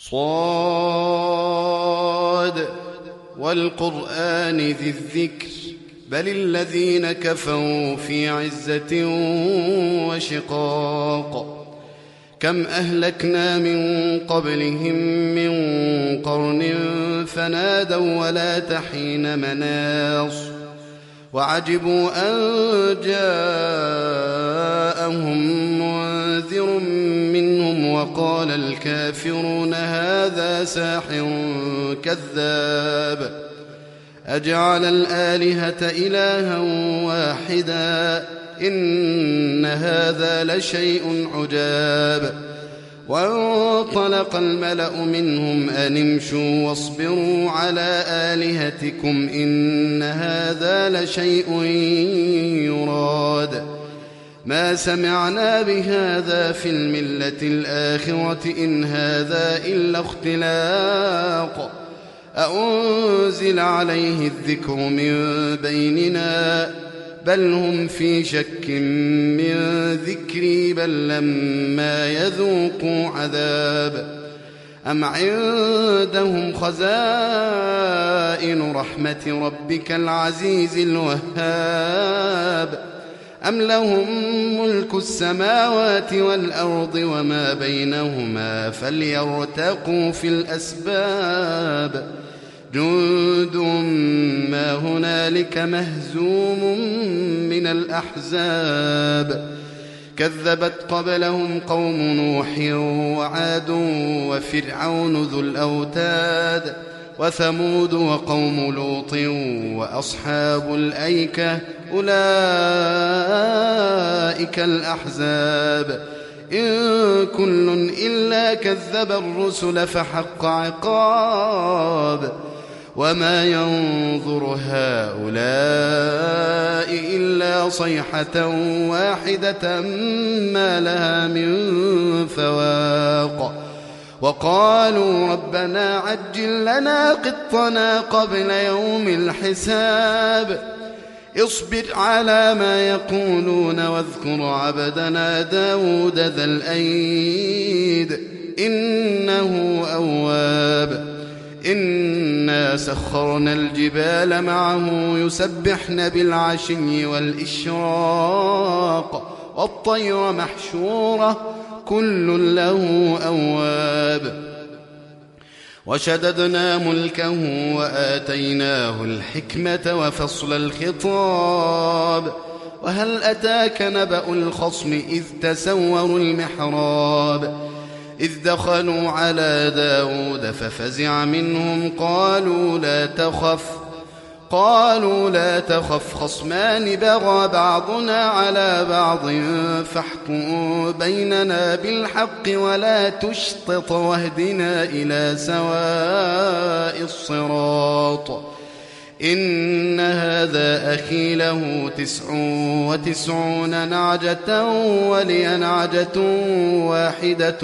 صاد والقرآن ذي الذكر بل الذين كفروا في عزة وشقاق كم أهلكنا من قبلهم من قرن فنادوا ولا تحين مناص وعجبوا أن جاءهم منذر منهم وقال الكافرون هذا ساحر كذاب أجعل الآلهة إلها واحدا إن هذا لشيء عجاب وانطلق الملأ منهم أن امشوا واصبروا على آلهتكم إن هذا لشيء يراد ما سمعنا بهذا في الملة الآخرة إن هذا إلا اختلاق أأنزل عليه الذكر من بيننا بل هم في شك من ذكري بل لما يذوقوا عذاب أم عندهم خزائن رحمة ربك العزيز الوهاب أم لهم ملك السماوات والأرض وما بينهما فليرتقوا في الأسباب جند ما هنالك مهزوم من الأحزاب كذبت قبلهم قوم نوح وعاد وفرعون ذو الأوتاد وثمود وقوم لوط وأصحاب الأيكة أولئك الأحزاب إن كل إلا كذب الرسل فحق عقاب وما ينظر هؤلاء إلا صيحة واحدة ما لها من فواق وقالوا ربنا عجل لنا قطنا قبل يوم الحساب اصبر على ما يقولون واذكر عبدنا داود ذا الأيد إنه أواب إنا سخرنا الجبال معه يسبحن بالعشي والإشراق والطير محشورة كل له أواب وشددنا ملكه وآتيناه الحكمة وفصل الخطاب وهل أتاك نبأ الخصم إذ تسوروا المحراب إذ دخلوا على داود ففزع منهم قالوا لا تخف خصمان بغى بعضنا على بعض فاحكم بيننا بالحق ولا تشطط واهدنا إلى سواء الصراط إن هذا أخي له 99 نعجة ولي نعجة واحدة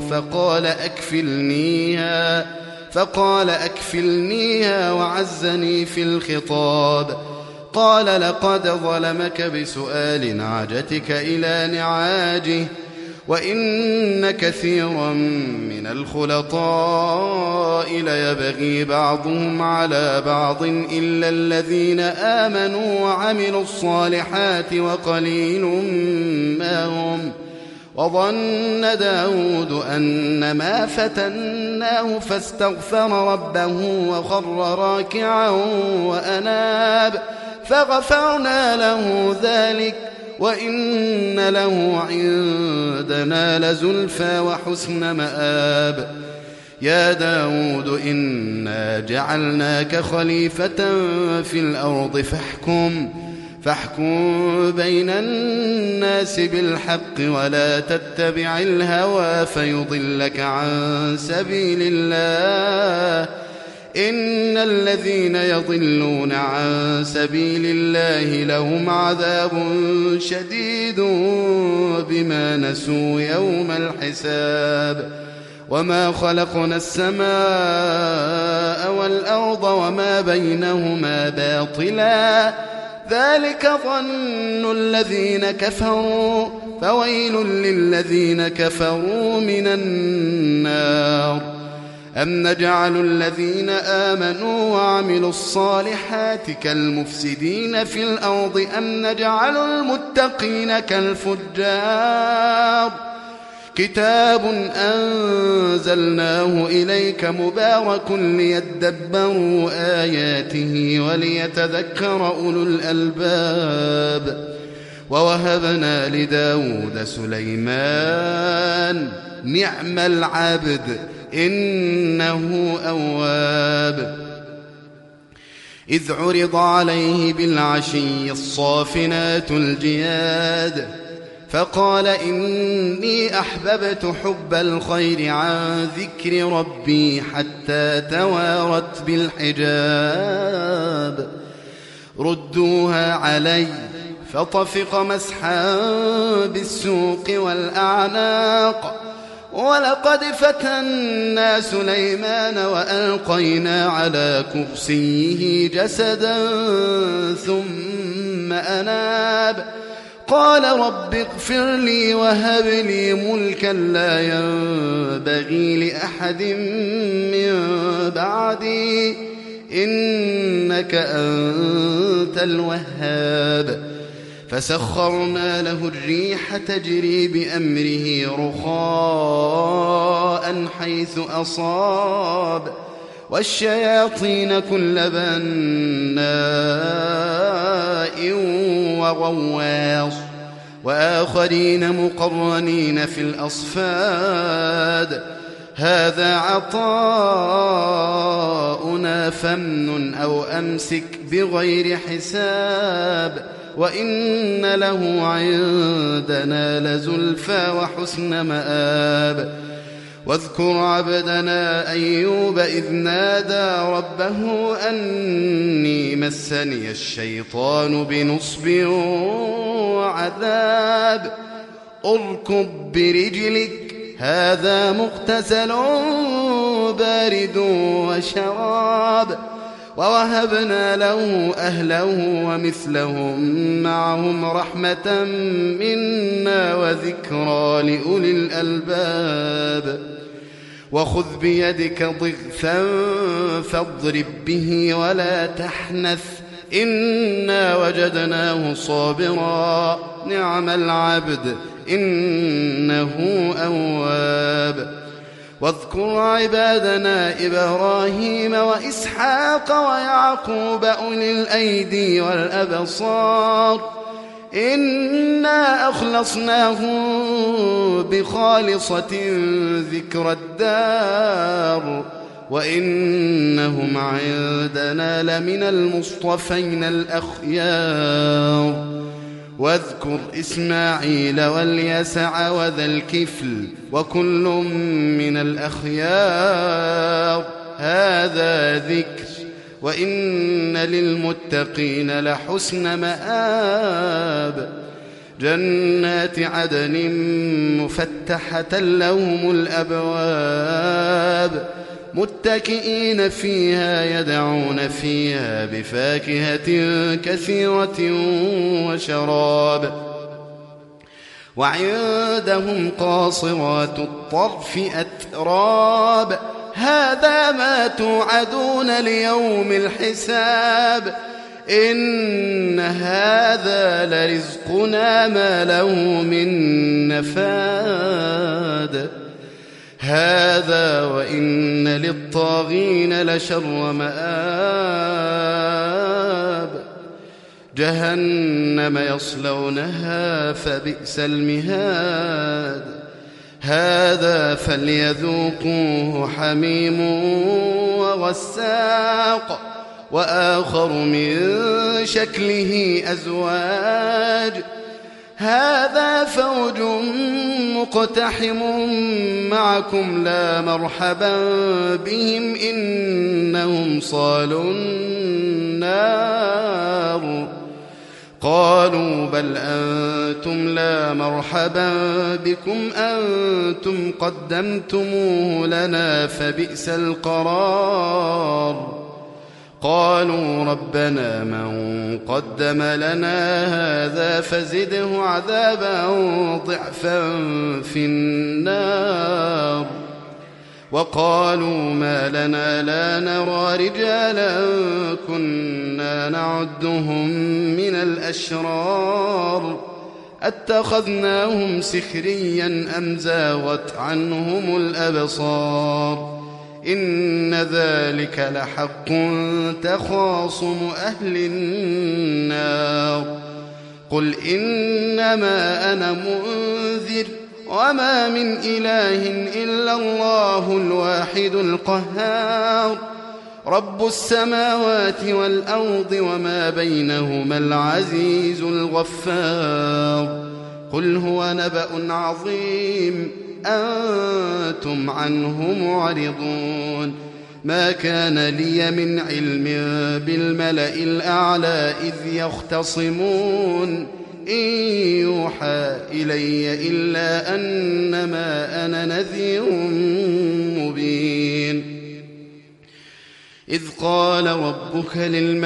فقال أكفلنيها وعزني في الخطاب قال لقد ظلمك بسؤال نعجتك إلى نعاجه وإن كثيرا من الخلطاء ليبغي بعضهم على بعض إلا الذين آمنوا وعملوا الصالحات وقليل ما هم وظن داود أنما فتناه فاستغفر ربه وخر راكعا وأناب فغفرنا له ذلك وإن له عندنا لزلفى وحسن مآب يا داود إنا جعلناك خليفة في الأرض فاحكم بين الناس بالحق ولا تتبع الهوى فيضلك عن سبيل الله إن الذين يضلون عن سبيل الله لهم عذاب شديد بما نسوا يوم الحساب وما خلقنا السماء والأرض وما بينهما باطلا ذلك ظن الذين كفروا فويل للذين كفروا من النار أم نجعل الذين آمنوا وعملوا الصالحات كالمفسدين في الأرض أم نجعل المتقين كالفجار كتاب أنزلناه إليك مبارك ليدبروا آياته وليتذكر أولو الألباب ووهبنا لداود سليمان نعم العبد إنه أواب إذ عرض عليه بالعشي الصافنات الجياد فقال إني أحببت حب الخير عن ذكر ربي حتى توارت بالحجاب ردوها علي فطفق مسحا بالسوق والأعناق ولقد فتنا سليمان وألقينا على كرسيه جسدا ثم أناب قال رب اغفر لي وهب لي ملكا لا ينبغي لأحد من بعدي إنك أنت الوهاب فسخرنا له الريح تجري بأمره رخاء حيث أصاب والشياطين كل بناء وغواص وآخرين مقرنين في الأصفاد هذا عطاؤنا فامنن أو أمسك بغير حساب وإن له عندنا لزلفى وحسن مآب واذكر عبدنا أيوب إذ نادى ربه أني مسني الشيطان بنصب وعذاب اركض برجلك هذا مغتسل بارد وشراب ووهبنا له أهله ومثلهم معهم رحمة منا وذكرى لأولي الألباب وخذ بيدك ضغثا فاضرب به ولا تحنث إنا وجدناه صابرا نعم العبد إنه أواب واذكر عبادنا إبراهيم وإسحاق ويعقوب أولي الأيدي والأبصار إنا أخلصناهم بخالصة ذكر الدار وإنهم عندنا لمن المصطفين الأخيار واذكر إسماعيل واليسع وذا الكفل وكل من الأخيار هذا ذكر وإن للمتقين لحسن مآب جنات عدن مفتحة لهم الأبواب متكئين فيها يدعون فيها بفاكهة كثيرة وشراب وعندهم قاصرات الطرف أتراب هذا ما توعدون ليوم الحساب إن هذا لرزقنا ما له من نفاد هذا وإن للطاغين لشر مآب جهنم يصلونها فبئس المهاد هذا فليذوقوه حميم وغساق وآخر من شكله أزواج هذا فوج مقتحم معكم لا مرحبا بهم إنهم صالوا النار قالوا بل أنتم لا مرحبا بكم أنتم قدمتموه لنا فبئس القرار قالوا ربنا من قدم لنا هذا فزده عذابا ضعفا في النار وقالوا ما لنا لا نرى رجالا كنا نعدهم من الأشرار أتخذناهم سخريا أم زاغت عنهم الأبصار إن ذلك لحق تخاصم أهل النار قل إنما أنا منذر وما من إله إلا الله الواحد القهار رب السماوات والأرض وما بينهما العزيز الغفار قل هو نبأ عظيم أنتم عنه معرضون ما كان لي من علم بالملأ الأعلى إذ يختصمون إن يوحى إلي إلا أنما أنا نذير مبين إذ قال ربك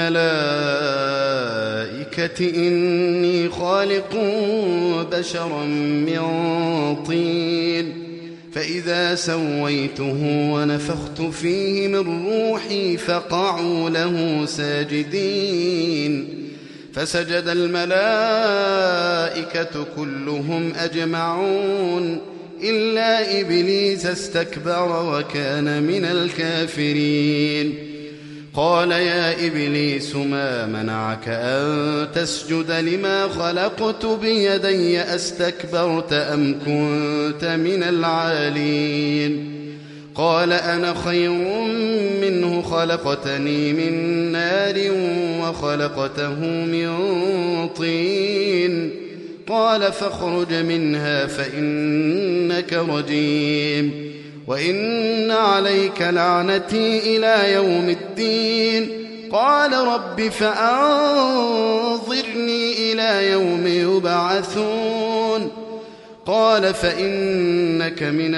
للملائكة إني خالق بشرا من طين فإذا سويته ونفخت فيه من روحي فقعوا له ساجدين فسجد الملائكة كلهم أجمعون إلا إبليس استكبر وكان من الكافرين قال يا إبليس ما منعك أن تسجد لما خلقت بيدي أستكبرت أم كنت من العالين قال أنا خير منه خلقتني من نار وخلقته من طين قال فاخرج منها فإنك رجيم وإن عليك لعنتي إلى يوم الدين قال رب فأنظرني إلى يوم يبعثون قال فإنك من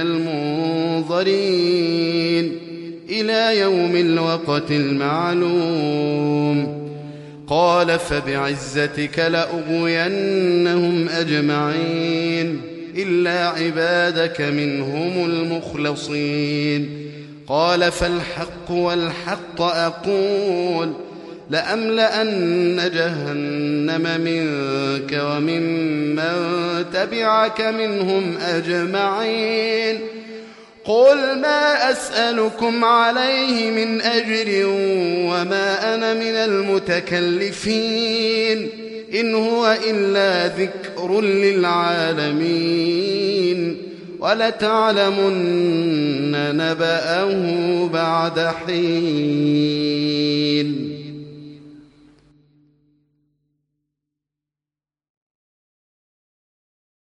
المنظرين إلى يوم الوقت المعلوم قال فبعزتك لأغوينهم أجمعين إلا عبادك منهم المخلصين قال فالحق والحق أقول لأملأن جهنم منك وممن تبعك منهم أجمعين قل ما أسألكم عليه من أجر وما أنا من المتكلفين إن هو إلا ذكر للعالمين ولتعلمن نبأه بعد حين